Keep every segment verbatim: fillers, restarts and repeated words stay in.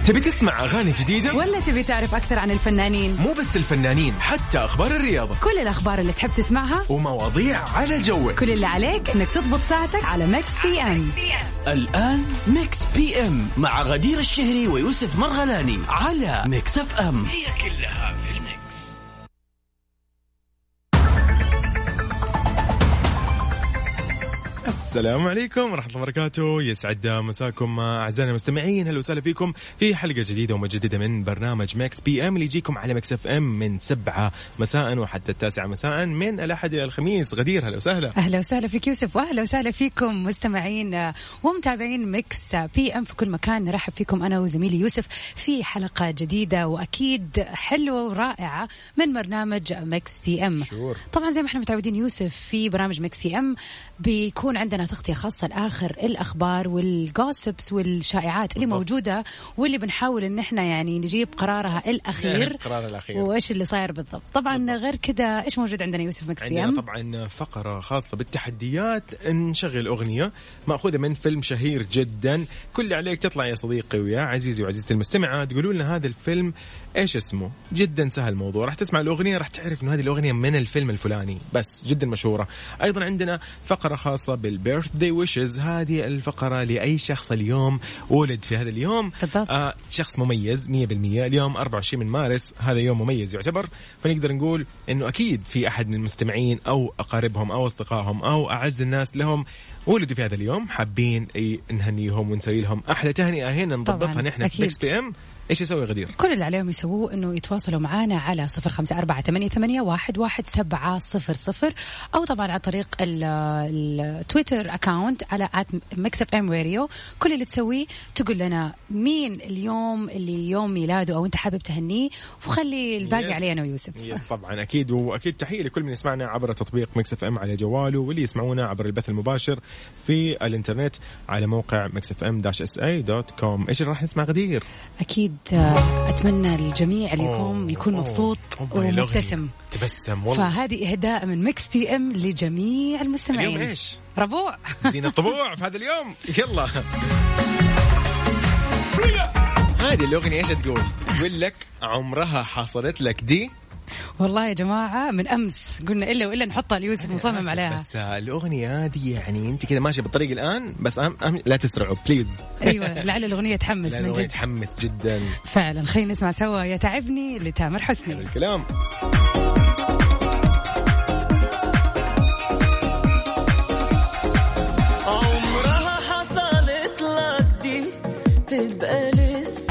تبي تسمع أغاني جديدة ولا تبي تعرف أكثر عن الفنانين؟ مو بس الفنانين، حتى أخبار الرياضة، كل الأخبار اللي تحب تسمعها ومواضيع على جوك. كل اللي عليك إنك تضبط ساعتك على ميكس بي ام. الآن ميكس بي ام مع غدير الشهري ويوسف مرغلاني على ميكس اف ام. هي كلها في الميكس. السلام عليكم ورحمة الله وبركاته، يسعد مساكم أعزائنا المستمعين. هلا وسهلا فيكم في حلقة جديدة ومجددة من برنامج ميكس بي ام اللي يجيكم على ميكس اف ام من سبعة مساء وحتى التاسعة مساء من الأحد إلى الخميس. غدير هلا وسهلا. أهلا وسهلا فيك يوسف، وأهلا وسهلا فيكم مستمعين ومتابعين ميكس بي ام في كل مكان. نرحب فيكم أنا وزميلي يوسف في حلقة جديدة وأكيد حلوة ورائعة من برنامج ميكس بي ام. شور. طبعا زي ما احنا متعودين يوسف في برامج ميكس بي ام بيكون عندنا تغطية خاصة لآخر الأخبار والجوسبس والشائعات اللي موجودة واللي بنحاول إن إحنا يعني نجيب قرارها الأخير. القرار الأخير وإيش اللي صاير بالضبط. طبعا بالضبط. غير كده إيش موجود عندنا يوسف مكس بي ام؟ طبعا فقرة خاصة بالتحديات، نشغل أغنية مأخوذة من فيلم شهير جدا. كل اللي عليك تطلع يا صديقي ويا عزيزي وعزيزتي المستمعة تقولوا لنا هذا الفيلم إيش اسمه. جدا سهل الموضوع، راح تسمع الأغنية راح تعرف إنه هذه الأغنية من الفيلم الفلاني، بس جدا مشهورة. أيضا عندنا فقرة خاصة بالبيرثدي ويشز، هذه الفقرة لأي شخص اليوم ولد في هذا اليوم. آه شخص مميز مية بالمية. اليوم أربعة وعشرين من مارس، هذا يوم مميز يعتبر، فنقدر نقول إنه أكيد في أحد من المستمعين أو أقاربهم أو أصدقائهم أو أعز الناس لهم ولدوا في هذا اليوم، حابين نهنيهم ونسوي لهم أحلى تهنئة هنا نضبطها نحن في ميكس بي ام. إيش يسوي غدير؟ كل اللي عليهم يسووه إنه يتواصلوا معنا على صفر خمسة أربعة ثمانية ثمانية واحد واحد سبعة صفر صفر، أو طبعا عن طريق التويتر أكاونت على آت ميكس اف ام راديو. كل اللي تسويه تقول لنا مين اليوم اللي يوم ميلاده أو أنت حابب تهنيه، وخلي الباقي علينا ويوسف. يس طبعا أكيد. وأكيد تحية لكل من يسمعنا عبر تطبيق ميكس اف ام على جواله، واللي يسمعونا عبر البث المباشر في الانترنت على موقع ميكس اف ام داش اس اي دوت كوم. إيش اللي راح نسمع غدير؟ أكيد أتمنى الجميع اليوم يكون مبسوط ومبتسم. تبسم والله. فهذه إهداء من ميكس بي ام لجميع المستمعين. اليوم إيش؟ ربوع زينة الطبوع في هذا اليوم. يلا هذه الأغنية إيش تقول؟ تقول لك عمرها حصلت لك دي. والله يا جماعة من أمس قلنا إلا وإلا نحطها ليوسف مصمم عليها. بس الأغنية هذه يعني أنت كذا ماشي بالطريق الآن، بس أهم أهم لا تسرعوا بليز. أيوة لعل الأغنية تحمس من جد. تحمس جدا فعلا. خلينا نسمع سوا يا تعبني لتامر حسني. الكلام. عمرها حصلت لك دي تبقى لسه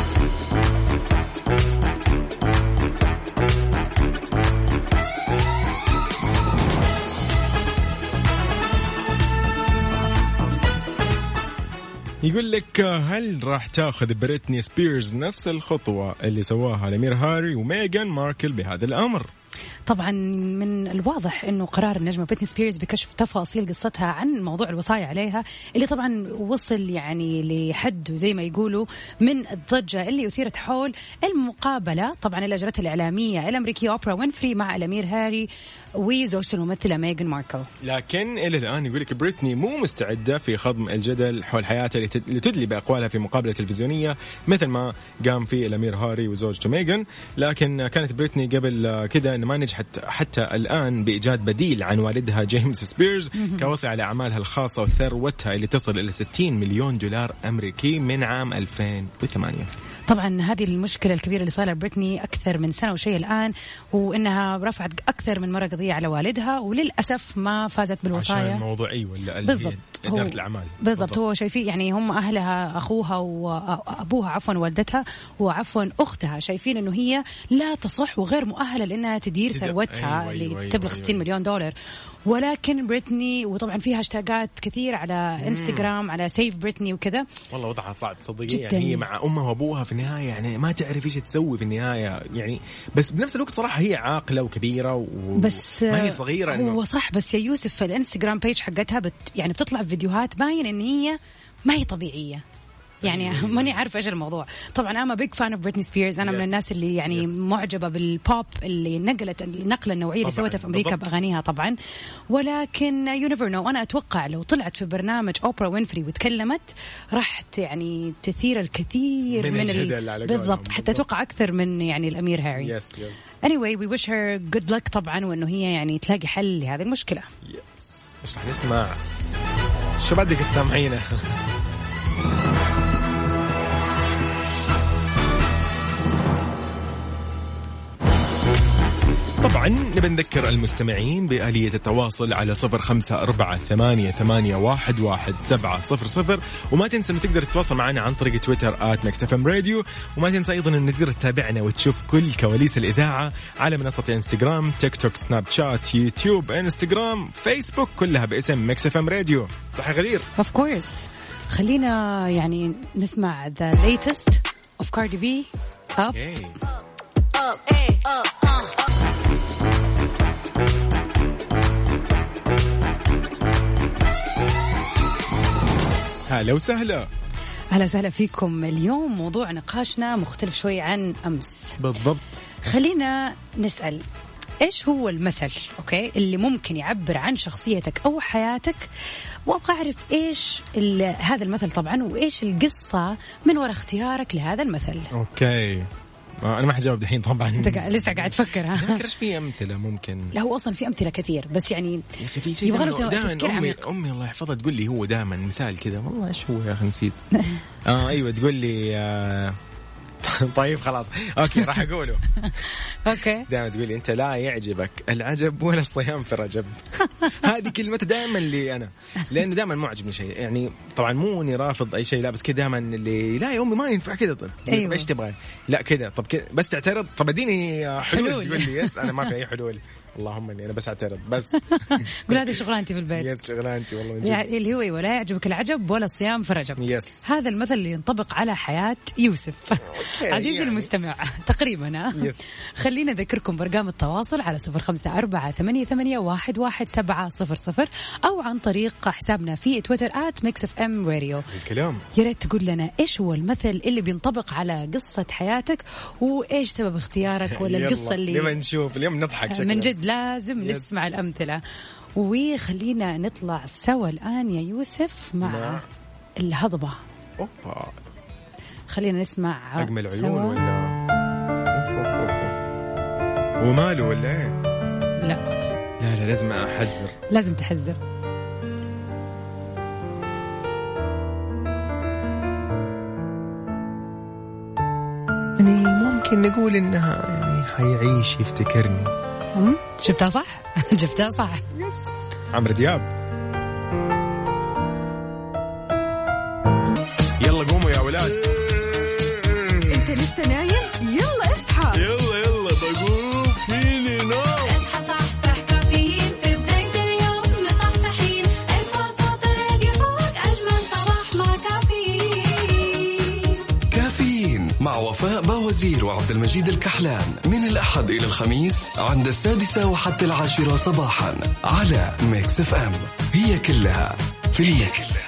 يقول لك هل راح تاخذ بريتني سبيرز نفس الخطوة اللي سواها الأمير هاري وميغان ماركل بهذا الأمر؟ طبعا من الواضح انه قرار النجمه بريتني سبيرز بكشف تفاصيل قصتها عن موضوع الوصاية عليها اللي طبعا وصل يعني لحد زي ما يقولوا من الضجه اللي اثيرت حول المقابله طبعا اللي اجرتها الاعلاميه الامريكيه اوبرا وينفري مع الامير هاري وزوجته الممثله ميغان ماركل. لكن الى الان يقول لك بريتني مو مستعده في خضم الجدل حول حياتها اللي تدلي باقوالها في مقابله تلفزيونيه مثل ما قام في الامير هاري وزوجته ميغان. لكن كانت بريتني قبل كذا ما نجحت حتى الآن بإيجاد بديل عن والدها جيمس سبيرز كوصي على أعمالها الخاصة وثروتها اللي تصل إلى ستين مليون دولار أمريكي من عام ألفين وثمانية. طبعا هذه المشكلة الكبيرة اللي صار بريتني أكثر من سنة وشيء الآن، وإنها رفعت أكثر من مرة قضية على والدها وللأسف ما فازت بالوصاية عشان الموضوعي ولا بالضبط إدارة الأعمال. بالضبط. هو شايفين يعني هم أهلها أخوها وأبوها عفوا والدتها وعفوا أختها شايفين إنه هي لا تصح وغير مؤهلة لأنها تدير ثروتها أيوة اللي أيوة تبلغ أيوة ستين مليون دولار. ولكن بريتني وطبعا فيها هاشتاجات كثير على مم. انستغرام على سيف بريتني وكذا. والله وضعها صعب تصدقي يعني هي مع أمها وأبوها في النهاية يعني ما تعرف إيش تسوي في النهاية يعني. بس بنفس الوقت صراحة هي عاقلة وكبيرة و... بس ما هي صغيرة. هو صح بس يا يوسف في الانستغرام بيج حقتها بت يعني بتطلع فيديوهات باين إن هي ما هي طبيعية يعني ماني عارفة إيش الموضوع. طبعا أنا big fan of Britney Spears. أنا yes. من الناس اللي يعني yes. معجبة بالبوب اللي نقلت النقلة النوعية اللي سوتها في أمريكا بالضبط. بأغانيها طبعا. ولكن you never know. أنا أتوقع لو طلعت في برنامج أوبرا وينفري وتكلمت راح يعني تثير الكثير من, من ال... بالضبط. حتى أتوقع أكثر من يعني الأمير هاري. yes, yes. anyway we wish her good luck طبعا, وإنه هي يعني تلاقي حل لهذه المشكلة. yes. إيش رح نسمع؟ شو بدك تسمعينا؟ طبعا نبي نذكر المستمعين بآلية التواصل على صفر خمسة أربعة ثمانية ثمانية واحد واحد سبعة صفر صفر, وما تنسى أن تقدر تتواصل معنا عن طريق تويتر آت ميكس إف إم راديو, وما تنسى أيضا أن تقدر تتابعنا وتشوف كل كواليس الإذاعة على منصة انستغرام, تيك توك, سناب شات, يوتيوب, انستغرام, فيسبوك, كلها باسم ميكس إف إم راديو. صح غدير؟ Of course. خلينا يعني نسمع the latest of Cardi B. Up. Okay. Up, hey, up, uh, up. هلا وسهلا. أهلا وسهلا فيكم. اليوم موضوع نقاشنا مختلف شوي عن أمس. بالضبط. خلينا نسأل إيش هو المثل أوكي اللي ممكن يعبر عن شخصيتك أو حياتك, وأبغى أعرف إيش هذا المثل طبعا, وإيش القصة من وراء اختيارك لهذا المثل. أوكي, أنا ما حجاوب الحين طبعا. أنت لسه قاعد تفكر ها؟ فكرش في أمثلة ممكن. لا هو أصلا في أمثلة كثير, بس يعني يا أخي في شيء دائما أمي أمي الله يحفظها تقول لي هو دائما مثال كذا, والله إيش هو يا أخي نسيت. آه أيوة تقول لي آه طيب خلاص أوكي راح أقوله. أوكي. دائما تقول لي أنت لا يعجبك العجب ولا الصيام في رجب. هذه كلمة دائما اللي أنا, لأنه دائما ما عجبني شيء, يعني طبعا مو إني رافض أي شيء, لا بس كذا دائما اللي لا يا أمي ما ينفع كذا. طيب أيوة. إيش تبغى؟ لا كذا. طب كذا بس تعترض. طب اديني حلول, حلول. تقول لي يس, أنا ما في أي حلول. اللهم اني انا بس اعترض بس. قول هذه شغلانتي في البيت. يس شغلانتي والله من جد. يعني اللي هو ولا يعجبك العجب ولا الصيام في رجب. يس. هذا المثل اللي ينطبق على حياة يوسف. عزيزي يعني. المستمع تقريبا. يس. خلينا نذكركم برقم التواصل على صفر خمسة أربعة ثمانية ثمانية واحد واحد سبعة صفر صفر, أو عن طريق حسابنا في تويتر آت ميكس إف إم راديو. الكلام. يا ريت تقول لنا إيش هو المثل اللي بينطبق على قصة حياتك, وإيش سبب اختيارك, ولا القصة اللي اليوم نشوف اليوم نضحك شكله. من جد لازم نسمع الأمثلة. وخلينا نطلع سوا الآن يا يوسف مع ما. الهضبة. أوبا. خلينا نسمع أجمل عيون ولا وماله ولا إيه؟ لا لا لا لازم أحذر. لازم تحذر. يعني ممكن نقول إنها يعني حيعيش يفتكرني. شفتها صح؟ جبتها صح. يس. عمرو دياب. يلا قوموا يا ولاد. انت لسه نايم؟ يلا اصحى. يلا يلا بقوم فيني نوم. اصحى صحصح كافيين في بداية اليوم مصحصحين, الفرصة تراقي فوق أجمل صباح مع كافيين. كافيين مع وفاء باوزير وعبد المجيد الكحلان من الأحد إلى الخميس عند السادسة وحتى العاشرة صباحا على ميكس إف إم. هي كلها في الميكس.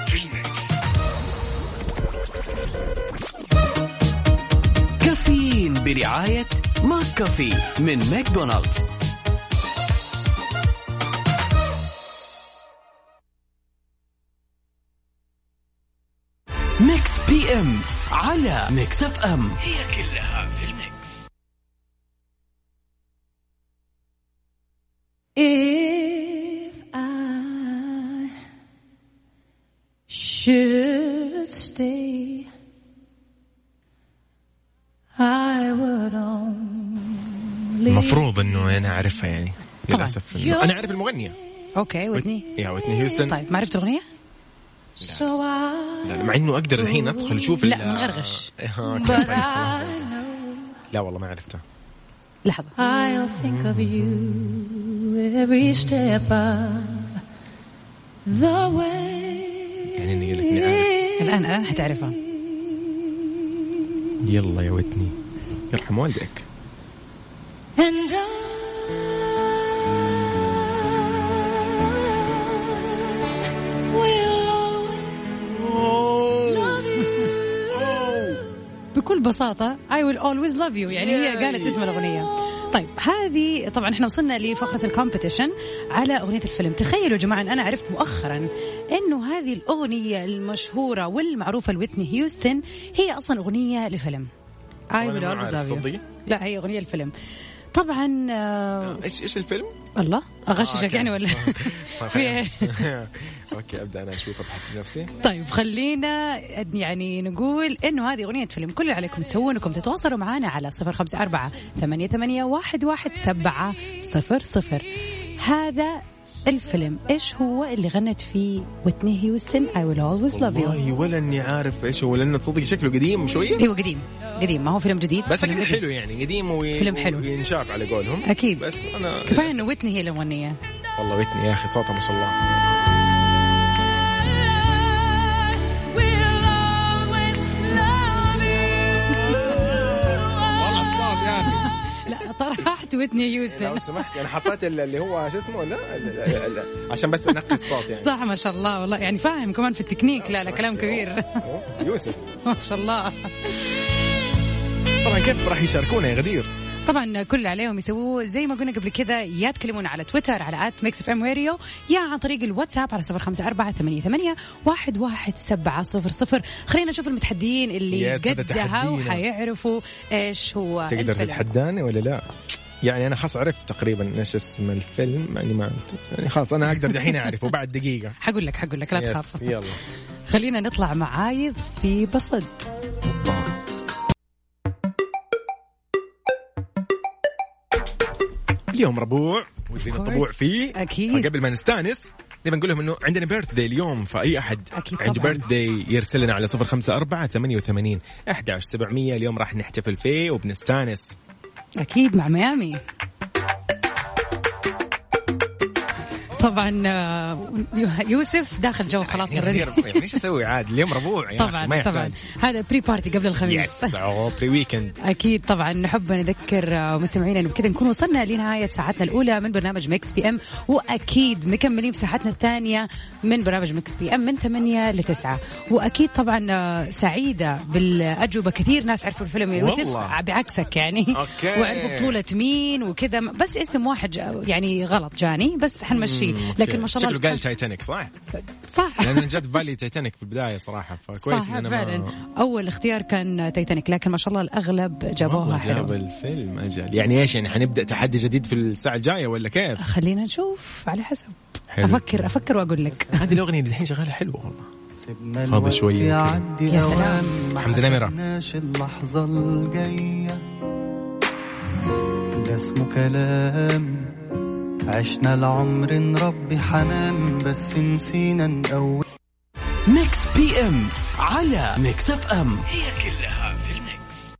كافيين برعاية ماك كافي من ماكدونالدز. ميكس بي ام على ميكس إف إم. هي كلها في الميكس. If I should stay, I would only. المفروض إنه أنا أعرفها يعني للأسف. أنا أعرف المغنية. أوكي ويتني. يا ويتني هيوستن. طيب ما عرفت الأغنية؟ لا. لا مع إنه أقدر الحين أدخل أشوف. لا من غير غش. لا والله ما عرفتها. لحظة. I'll think of you every step of the way. يعني إني قلت أعرف. الآن أنا حتعرفها. يلا يا ويتني يرحم والدك. And I will always love you. بكل بساطة I will always love you، يعني هي قالت اسم الأغنية. طيب هذه طبعا احنا وصلنا لفقرة الكومبيتيشن على أغنية الفيلم. تخيلوا يا جماعة أنا عرفت مؤخرا إنه هذه الأغنية المشهورة والمعروفة لويتني هيوستن هي أصلا أغنية لفيلم I will always love you. لا هي أغنية الفيلم طبعا. آه ايش ايش الفيلم؟ الله اغششك يعني ولا في اوكي ابدا انا اشوف ابحث بنفسي. طيب خلينا يعني نقول انه هذه اغنيه فيلم. كل اللي عليكم تسوون انكم تتواصلوا معنا على صفر خمسة أربعة ثمانية ثمانية واحد واحد سبعة صفر صفر. هذا الفيلم ايش هو اللي غنت فيه ويتني هيوستن I will always love you؟ والله ولا اني عارف ايش هو، لانه تصدق شكله قديم شويه. ايوه قديم قديم، ما هو فيلم جديد بس اكيد حلو يعني قديم وي... فيلم حلو وينشاف على قولهم اكيد. بس انا كفايه انه ويتني هي المغنيه. والله ويتني يا اخي صوتها ما شاء الله. طرحت ويتني هيوستن لو سمحت انا حطيت اللي هو شو اسمه لا, لا, لا, لا عشان بس انقي الصوت يعني. صح ما شاء الله والله يعني فاهم كمان في التكنيك. لا لا كلام كبير يوسف ما شاء الله. طبعا كيف راح يشاركونا يا غدير؟ طبعا كل عليهم يسووه زي ما قلنا قبل كذا، يا تكلمونا على تويتر على آت ميكس اف ام راديو، يا عن طريق الواتساب على صفر خمسة أربعة ثمانية ثمانية واحد واحد سبعة صفر صفر. خلينا نشوف المتحدين اللي قدها وحيعرفوا ايش هو. تقدر تتحداني ولا لا؟ يعني أنا خلاص عرفت تقريبا إيش اسم الفيلم، يعني ما عرفت بس يعني خلاص أنا أقدر دحين أعرفه بعد دقيقة. حقول لك حقول لك لا تخاف. يلا خلينا نطلع مع عايض في بصد. اليوم ربوع وزين الطبوع فيه أكيد. فقبل ما نستانس نبي نقول لهم إنه عندنا بيرث داي اليوم، فأي أحد عنده بيرث داي يرسل لنا على صفر خمسة أربعة ثمانية وثمانين أحد عشر سبعمية. اليوم راح نحتفل فيه وبنستانس أكيد مع ميامي. طبعا يوسف داخل جو خلاص يعني ايش اسوي عاد اليوم ربوع طبعا ما طبعا هذا بري بارتي قبل الخميس يس او بري ويكند. اكيد طبعا نحب نذكر مستمعينا انه بكذا نكون وصلنا لنهايه ساعتنا الاولى من برنامج ميكس بي ام، واكيد مكملين في ساعتنا الثانيه من برنامج ميكس بي ام من ثمانية لتسعة. واكيد طبعا سعيده بالاجوبه، كثير ناس عرفوا الفيلم يا يوسف بعكسك يعني أوكي. وعرفوا بطوله مين وكذا، بس اسم واحد يعني غلط جاني بس حنمشي. لكن ما شاء الله شكله قال تايتانيك صح صح لأن جت بالي تايتانيك في البداية صراحة، فكويس إن فعلا ما... أول اختيار كان تايتانيك، لكن ما شاء الله الأغلب جابوها حلو. جاب الفيلم أجل. يعني إيش يعني حنبدأ تحدي جديد في الساعة الجاية ولا كيف؟ خلينا نشوف على حسب. حلو. أفكر أفكر وأقول لك. هذه الأغنية اللي الحين شغالة حلوة والله. هذا شوية يا سلام. حمزة نمرة. اللحظة الجاية ده اسمه كلام، عشنا العمر نربي حمام بس نسينا نقوي. ميكس بي ام على ميكس اف ام، هي كلها في الميكس.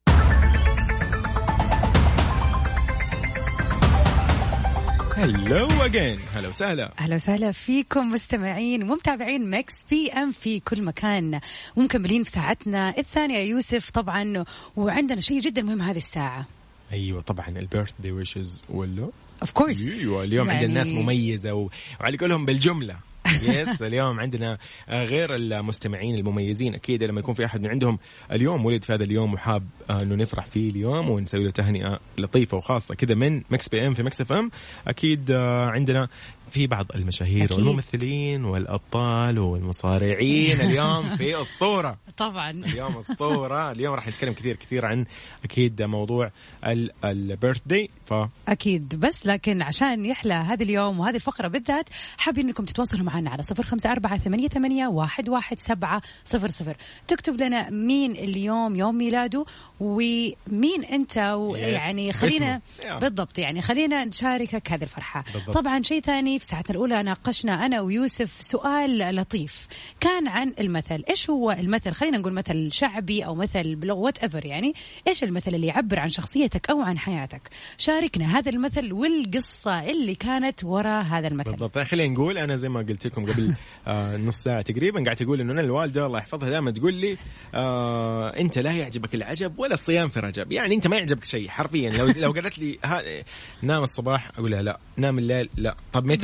هلو اجين، هلا وسهلا اهلا وسهلا فيكم مستمعين ومتابعين ميكس بي ام في كل مكان، ومكملين في ساعتنا الثانية يا يوسف طبعا، وعندنا شيء جدا مهم هذه الساعة. ايوه طبعا البيرث داي ويشز ولا اوف كورس. ايوه اليوم يعني... عندنا ناس مميزه و... وعلى قولهم بالجمله يس. اليوم عندنا غير المستمعين المميزين اكيد لما يكون في احد من عندهم اليوم ولد في هذا اليوم وحاب انه نفرح فيه اليوم ونسوي له تهنئه لطيفه وخاصه كذا من ميكس بي ام في ميكس اف ام. اكيد عندنا في بعض المشاهير أكيد. والممثلين والأبطال والمصارعين اليوم في أسطورة طبعا اليوم أسطورة. اليوم راح نتكلم كثير كثير عن أكيد موضوع البيرثدي ف... أكيد، بس لكن عشان يحلى هذا اليوم وهذه الفقرة بالذات حابين أنكم تتواصلوا معنا على صفر خمسة أربعة ثمانية ثمانية واحد واحد سبعة صفر صفر. تكتب لنا مين اليوم يوم ميلاده ومين أنت ويعني خلينا بالضبط يعني خلينا نشاركك هذه الفرحة بالضبط. طبعا شيء ثاني في ساعتنا الأولى ناقشنا أنا ويوسف سؤال لطيف كان عن المثل. إيش هو المثل؟ خلينا نقول مثل شعبي أو مثل بلغة whatever، يعني إيش المثل اللي يعبر عن شخصيتك أو عن حياتك؟ شاركنا هذا المثل والقصة اللي كانت وراء هذا المثل بالضبط. خلينا نقول أنا زي ما قلت لكم قبل آه نص ساعة تقريبا قاعد تقول إنه أنا الوالدة الله يحفظها دائما تقول لي آه أنت لا يعجبك العجب ولا الصيام في رجب، يعني أنت ما يعجبك شيء حرفيا. لو لو قالت لي نام الصباح أقول لها لا، نام الليل لا، طب متى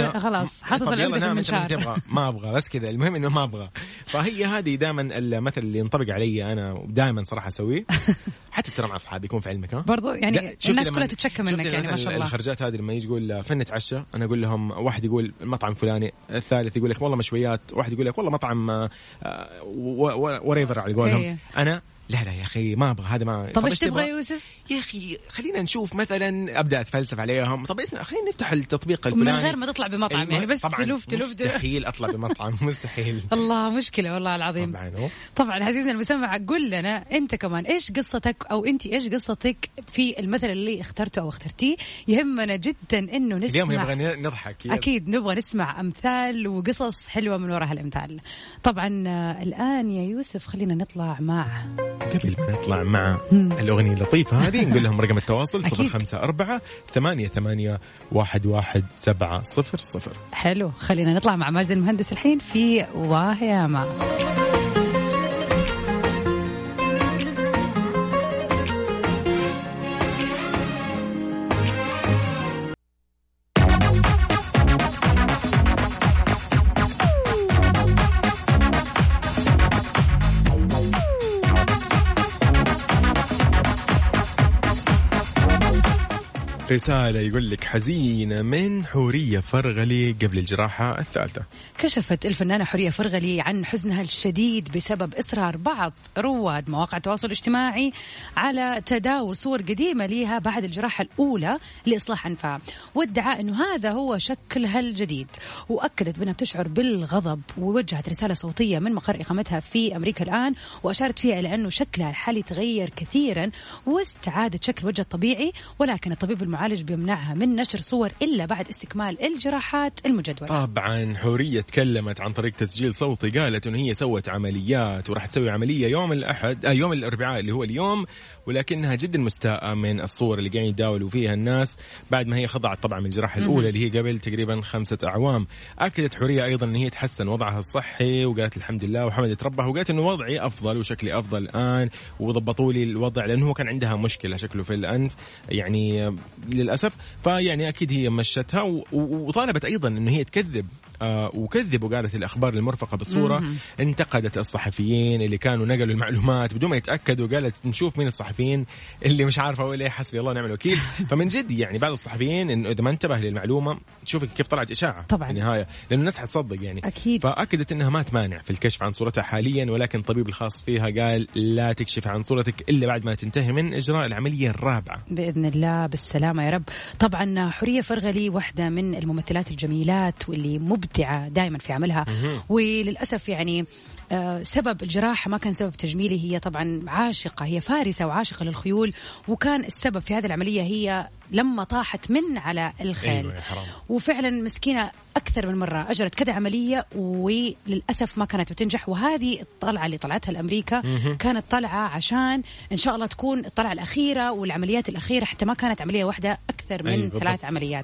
أنا خلاص حاطط طب يلا العقدة في نعم أنت المنشار. تبغى ما أبغى بس كذا، المهم إنه ما أبغى. فهي هذه دائما المثل اللي ينطبق علي أنا دائما صراحة أسويه، حتى ترى مع أصحابي يكون في علمك ها برضو يعني شفت الناس لما- كلها تتشكى منك شفت يعني ما مثلاً شاء الله. الخرجات هذه لما يجي يقول فين نتعشى، أنا أقول لهم واحد يقول المطعم فلاني، الثالث يقول لك والله مشويات، واحد يقول لك والله مطعم وريفر على قولهم. إيه. أنا لا لا يا أخي ما أبغى هذا ما. طب ايش تبغى يوسف؟ يا أخي خلينا نشوف مثلا أبدأ أتفلسف عليهم. طب خلينا نفتح التطبيق الفلاني من غير ما تطلع بمطعم الم- يعني بس طبعاً تلوف تلوف تلوف. مستحيل أطلع بمطعم مستحيل. الله مشكلة والله العظيم. طبعا هو. طبعا عزيزنا المستمع قل لنا انت كمان ايش قصتك او انت ايش قصتك في المثل اللي اخترته او اخترتيه. يهمنا جدا انه اليوم نسمع، نبغى نضحك. يس. اكيد نبغى نسمع امثال وقصص حلوة من وراء هالامثال. طبعا آه، الان يا يوسف خلينا نطلع مع قبل ما نطلع مع الأغنية اللطيفة هذه نقول لهم رقم التواصل أكيد. صفر خمسة أربعة ثمانية ثمانية واحد واحد سبعة صفر صفر. حلو. خلينا نطلع مع ماجد المهندس الحين في واهياما. رسالة يقول لك حزينة من حورية فرغلي قبل الجراحة الثالثة. كشفت الفنانة حورية فرغلي عن حزنها الشديد بسبب إصرار بعض رواد مواقع التواصل الاجتماعي على تداول صور قديمة لها بعد الجراحة الأولى لإصلاح أنفها، وادعى أنه هذا هو شكلها الجديد، وأكدت بأنها بتشعر بالغضب، ووجهت رسالة صوتية من مقر إقامتها في أمريكا الآن، وأشارت فيها إلى أنه شكلها الحالي تغير كثيرا واستعادت شكل وجه الطبيعي، ولكن الطبيب المعالج بيمنعها من نشر صور إلا بعد استكمال الجراحات المجدولة. طبعا حورية تكلمت عن طريق تسجيل صوتي، قالت أنه هي سوت عمليات وراح تسوي عملية يوم الأحد آه يوم الأربعاء اللي هو اليوم، ولكنها جدا مستاءة من الصور اللي قاعدين يداولوا فيها الناس بعد ما هي خضعت طبعا من الجراحة الأولى اللي هي قبل تقريبا خمسة أعوام. أكدت حورية أيضا أن هي تحسن وضعها الصحي، وقالت الحمد لله وحمدت ربها، وقالت أنه وضعي أفضل وشكلي أفضل الآن، وضبطوا لي الوضع لأنه كان عندها مشكلة شكله في الأنف يعني للأسف. فيعني أكيد هي مشتها، وطالبت أيضا أنه هي تكذب آه وكذبوا، قالت الأخبار المرفقة بالصورة. مم. انتقدت الصحفيين اللي كانوا نقلوا المعلومات بدون ما يتأكدوا، قالت نشوف مين الصحفيين اللي مش عارفة ولا إيه، حسبي الله ونعم الوكيل. فمن جد يعني بعض الصحفيين إنه إذا ما انتبه للمعلومة شوفي كيف طلعت إشاعة طبعا في النهاية، لأنه الناس حتصدق يعني أكيد. فأكدت إنها ما تمانع في الكشف عن صورتها حاليا، ولكن الطبيب الخاص فيها قال لا تكشف عن صورتك إلا بعد ما تنتهي من إجراء العملية الرابعة بإذن الله بالسلامة يا رب. طبعا حورية فرغلي واحدة من الممثلات الجميلات واللي مبدعة دائما في عملها، وللأسف يعني آه سبب الجراحة ما كان سبب تجميلي، هي طبعا عاشقة، هي فارسة وعاشقة للخيول، وكان السبب في هذه العملية هي لما طاحت من على الخيل. أيوة يا حرام. وفعلا مسكينة أكثر من مرة أجرت كذا عملية وللأسف ما كانت بتنجح، وهذه الطلعة اللي طلعتها لأمريكا كانت طلعة عشان إن شاء الله تكون الطلعة الأخيرة والعمليات الأخيرة، حتى ما كانت عملية واحدة، أكثر من أيوة ثلاث عمليات.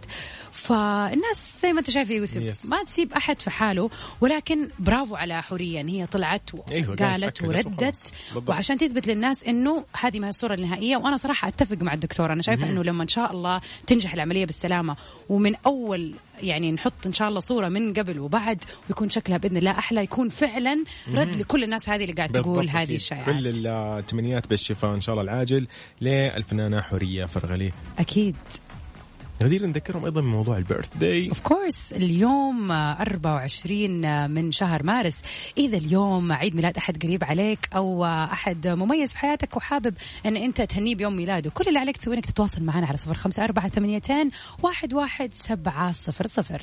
فالناس زي ما أنت شايف يا يوسف yes. ما تسيب أحد في حاله، ولكن برافو على حورية إن هي طلعت وقالت أيوة وردت، وعشان تثبت للناس إنه هذه ما هي الصورة النهائية. وأنا صراحة أتفق مع الدكتور، أنا شايفة إنه لما إن شاء الله تنجح العملية بالسلامة ومن أول يعني نحط إن شاء الله صورة من قبل وبعد ويكون شكلها بإذن الله أحلى، يكون فعلا رد لكل الناس هذه اللي قاعد تقول هذه الشائعات. كل التمنيات بالشفاء إن شاء الله العاجل للفنانة حورية فرغلي. أكيد. غدير نذكرهم أيضا بموضوع البيرث داي. of course اليوم أربعة وعشرين من شهر مارس. إذا اليوم عيد ميلاد أحد قريب عليك أو أحد مميز في حياتك وحابب أن أنت تهنيه بيوم ميلاده، كل اللي عليك تسوي إنك تتواصل معنا على صفر خمسة أربعة ثمانيتين واحد واحد سبعة صفر صفر.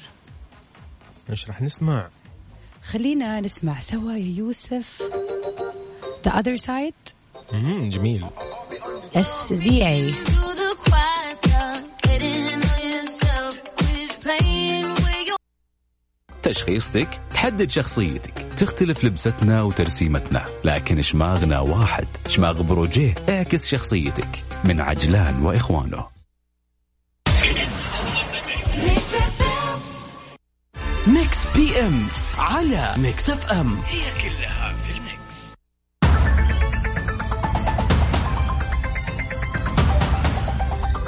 إيش راح نسمع؟ خلينا نسمع سوا يا يوسف The Other Side. امم جميل. S Z A. تشخيصتك تحدد شخصيتك، تختلف لبستنا وترسيمتنا، لكن شماغنا واحد. شماغ بروجيه اعكس شخصيتك، من عجلان وإخوانه. ميكس بي ام على ميكس اف ام، هي كلها في الميكس.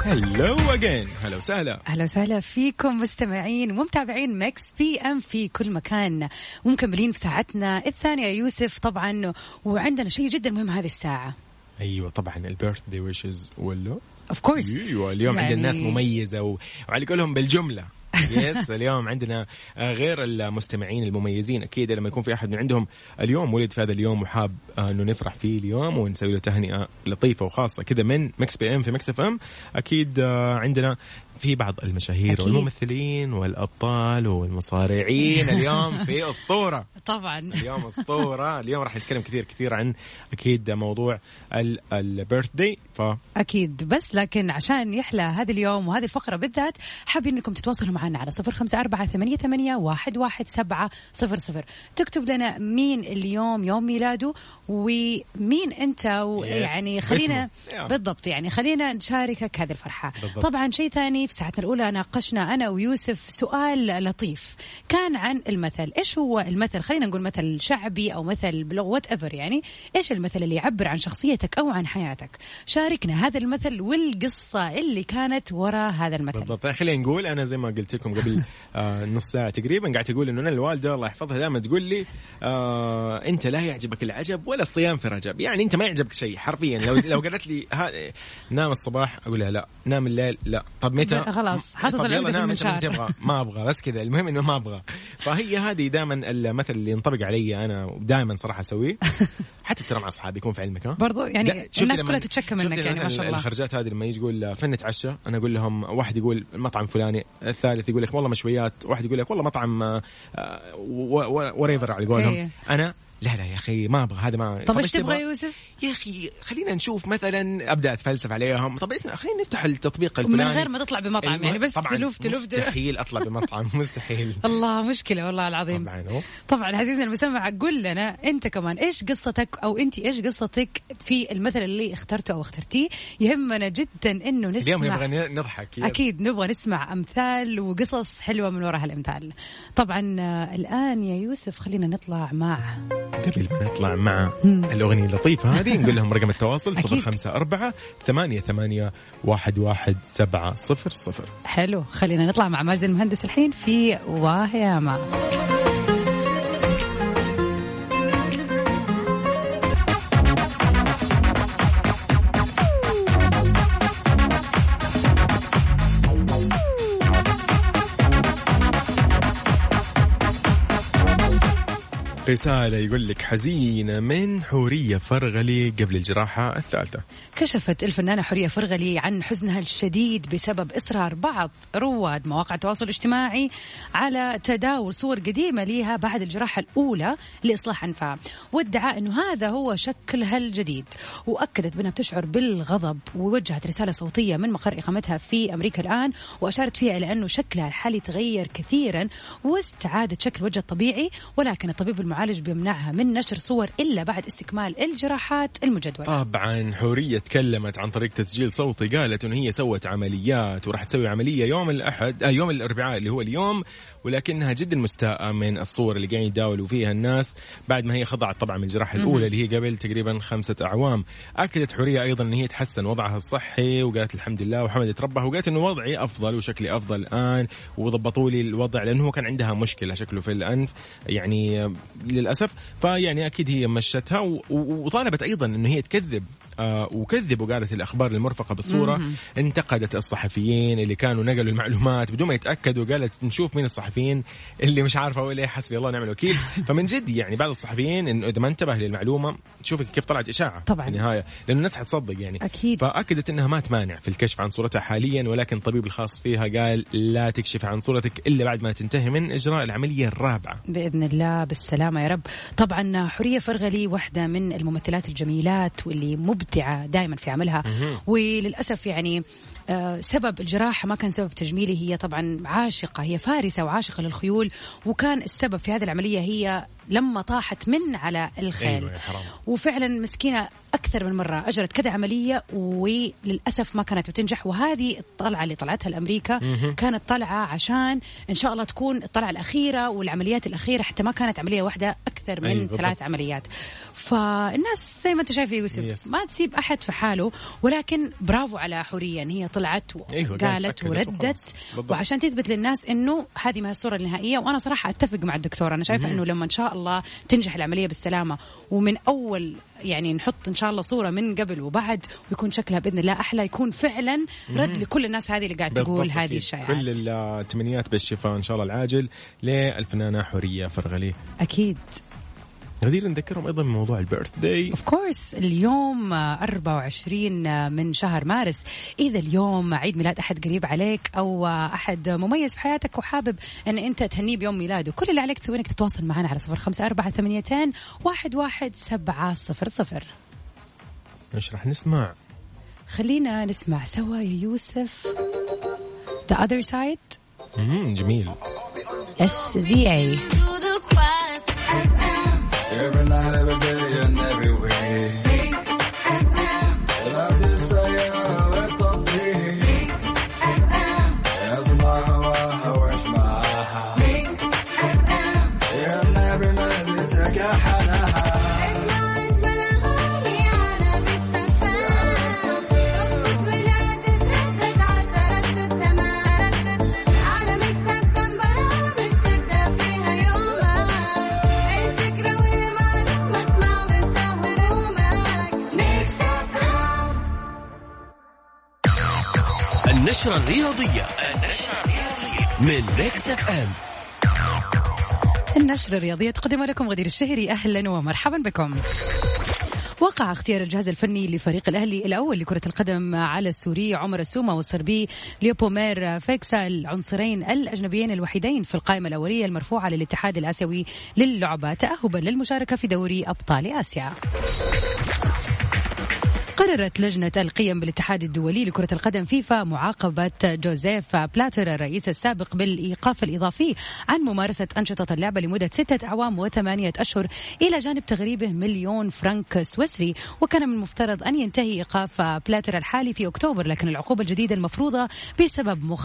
هلو اجين، هلا وسهلا. اهلا وسهلا فيكم مستمعين ومتابعين مكس بي ام في كل مكان، ومكملين في ساعتنا الثانيه يوسف طبعا، وعندنا شيء جدا مهم هذه الساعه. ايوه طبعا البيرث داي ويشز ولا اوف كورس. ايوه اليوم يعني عندنا ناس مميزه و... وعلى قولهم بالجمله يس اليوم عندنا غير المستمعين المميزين اكيد لما يكون في احد من عندهم اليوم ولد في هذا اليوم وحاب انه نفرح فيه اليوم ونسوي له تهنئه لطيفه وخاصه كذا من مكس بي ام في مكس اف ام. اكيد عندنا في بعض المشاهير أكيد. والممثلين والابطال والمصارعين اليوم في اسطوره طبعا اليوم اسطوره. اليوم راح نتكلم كثير كثير عن اكيد موضوع البيرث داي ف اكيد. بس لكن عشان يحلى هذا اليوم وهذه الفقره بالذات حابين انكم تتواصلوا معنا على صفر خمسة أربعة ثمانية ثمانية واحد واحد سبعة صفر صفر، تكتب لنا مين اليوم يوم ميلاده ومين انت ويعني خلينا بالضبط يعني خلينا نشاركك هذه الفرحه. بالضبط. طبعا شيء ثاني في ساعتنا الأولى ناقشنا أنا ويوسف سؤال لطيف كان عن المثل. إيش هو المثل؟ خلينا نقول مثل شعبي أو مثل بلغة whatever، يعني إيش المثل اللي يعبر عن شخصيتك أو عن حياتك؟ شاركنا هذا المثل والقصة اللي كانت وراء هذا المثل. بالضبط. خلينا نقول أنا زي ما قلت لكم قبل آه نص ساعة تقريبا قاعد أقول إنه أنا الوالدة الله يحفظها دائما تقول لي آه أنت لا يعجبك العجب ولا الصيام في رجب، يعني أنت ما يعجبك شيء حرفيا. لو لو قالت لي نام الصباح أقول لها لا، نام الليل لا، طب متى؟ خلاص حاطط العلبة في المنشار. تبغى ما أبغى بس كذا، المهم إنه ما أبغى. فهي هذه دائما المثل اللي ينطبق علي أنا ودائما صراحة أسويه حتى ترى مع أصحابي يكون في علمك برضو يعني الناس كلها تتشكى منك يعني ما شاء الله. الخرجات هذه لما يجي يقول فين نتعشى أنا أقول لهم واحد يقول مطعم فلاني، الثالث يقول لك والله مشويات، واحد يقول لك والله مطعم وريفر على قولهم. أنا لا لا يا أخي ما أبغى هذا ما. طب إيش تبغى يوسف؟ يا أخي خلينا نشوف مثلا أبدأ أتفلسف عليهم. طب خلينا نفتح التطبيق الفلاني من غير ما تطلع بمطعم يعني بس تلوف تلوف مستحيل أطلع بمطعم مستحيل. الله مشكلة والله العظيم. طبعا طبعا عزيزنا المستمع قل لنا أنت كمان إيش قصتك أو أنت إيش قصتك في المثل اللي اخترته أو اخترتيه. يهمنا جدا إنه نسمع. اليوم نبغى نضحك. أكيد نبغى نسمع أمثال وقصص حلوة من وراء الأمثال. طبعا الآن يا يوسف خلينا نطلع مع قبل ما نطلع مع الأغنية اللطيفة هذه نقول لهم رقم التواصل صفر خمسة أربعة ثمانية ثمانية واحد واحد سبعة صفر صفر. حلو خلينا نطلع مع ماجد المهندس الحين في واهياما. رسالة يقول لك حزينة من حورية فرغلي قبل الجراحة الثالثة. كشفت الفنانة حورية فرغلي عن حزنها الشديد بسبب إصرار بعض رواد مواقع التواصل الاجتماعي على تداول صور قديمة لها بعد الجراحة الأولى لإصلاح أنفها، وادعى أنه هذا هو شكلها الجديد، وأكدت بأنها بتشعر بالغضب، ووجهت رسالة صوتية من مقر إقامتها في أمريكا الآن وأشارت فيها إلى أنه شكلها الحالي تغير كثيرا واستعادت شكل وجه الطبيعي، ولكن الطبيب المعالج بيمنعها من نشر صور إلا بعد استكمال الجراحات المجدولة. طبعا حورية تكلمت عن طريق تسجيل صوتي، قالت إنه هي سوت عمليات وراح تسوي عملية يوم الأحد آه يوم الأربعاء اللي هو اليوم، ولكنها جدا مستاءة من الصور اللي قاعدين يداولوا فيها الناس بعد ما هي خضعت طبعا من الجراحة الأولى اللي هي قبل تقريبا خمسة أعوام. أكدت حورية أيضا إن هي تحسن وضعها الصحي وقالت الحمد لله وحمدت ربها، وقالت إنه وضعي أفضل وشكلي أفضل الآن وضبطوا لي الوضع لأنه كان عندها مشكلة شكله في الأنف يعني للأسف. فيعني أكيد هي مشتها وطالبت أيضا إنه هي تكذب آه وكذبوا قالت الأخبار المرفقة بالصورة. انتقدت الصحفيين اللي كانوا نقلوا المعلومات بدون ما يتأكدوا، قالت نشوف مين الصحفيين اللي مش عارفة أقول إيه حسبي الله ونعم الوكيل. فمن جد يعني بعض الصحفيين إنه إذا ما انتبه للمعلومة تشوفك كيف طلعت إشاعة طبعا في النهاية لأنه الناس حتصدق يعني أكيد. فأكدت إنها ما تمانع في الكشف عن صورتها حاليا، ولكن الطبيب الخاص فيها قال لا تكشف عن صورتك إلا بعد ما تنتهي من إجراء العملية الرابعة بإذن الله بالسلامة يا رب. طبعا حورية فرغلي واحدة من الممثلات الجميلات واللي مبدعة دائما في عملها، وللأسف يعني آه سبب الجراحة ما كان سبب تجميلي، هي طبعا عاشقة، هي فارسة وعاشقة للخيول، وكان السبب في هذه العملية هي لما طاحت من على الخيل. أيوة وفعلا مسكينة أكثر من مرة أجرت كذا عملية وللأسف ما كانت بتنجح، وهذه الطلعة اللي طلعتها لأمريكا كانت طلعة عشان إن شاء الله تكون الطلعة الأخيرة والعمليات الأخيرة، حتى ما كانت عملية واحدة، أكثر من أيوة ثلاث عمليات. فالناس زي ما أنت شايف يا يوسف yes. ما تسيب أحد في حاله، ولكن برافو على حورية إن هي طلعت أيوة وقالت وردت، وعشان تثبت للناس إنه هذه ما هي الصورة النهائية. وأنا صراحة أتفق مع الدكتور، أنا شايفة إنه لما إن شاء الله تنجح العملية بالسلامة ومن أول يعني نحط إن شاء الله صورة من قبل وبعد ويكون شكلها بإذن الله أحلى، يكون فعلا رد لكل الناس هذه اللي قاعد تقول هذه الشائعات. كل التمنيات بالشفاء إن شاء الله العاجل للفنانة حورية فرغلي. أكيد. غدير نذكرهم أيضا بموضوع البيرث داي. اوف كورس اليوم أربعة وعشرين من شهر مارس. إذا اليوم عيد ميلاد أحد قريب عليك أو أحد مميز في حياتك وحابب أن أنت تهنيه بيوم ميلاده، كل اللي عليك تسوي إنك تتواصل معنا على صفر خمسة أربعة ثمانيتين واحد واحد سبعة صفر صفر. إيش راح نسمع؟ خلينا نسمع سوا يا يوسف The Other Side. امم جميل. S Z A. Every night, every day, and every way. And I just say, yeah, let them be. As my hawa, hawash my ha. And every man is a gahanaha. النشرة الرياضية من ميكس اف ام. النشرة الرياضية تقدم لكم غدير الشهري. أهلا ومرحبا بكم. وقع اختيار الجهاز الفني لفريق الأهلي الأول لكرة القدم على السوري عمر السومة والصربي ليوبومير فيكسا، العنصرين الأجنبيين الوحيدين في القائمة الأولية المرفوعة للاتحاد الآسيوي للعبة تأهبا للمشاركة في دوري أبطال آسيا. قررت لجنة القيم بالاتحاد الدولي لكرة القدم فيفا معاقبة جوزيف بلاتر الرئيس السابق بالإيقاف الإضافي عن ممارسة أنشطة اللعبة لمدة ستة أعوام وثمانية أشهر إلى جانب تغريبه مليون فرنك سويسري. وكان من المفترض أن ينتهي إيقاف بلاتر الحالي في أكتوبر، لكن العقوبة الجديدة المفروضة بسبب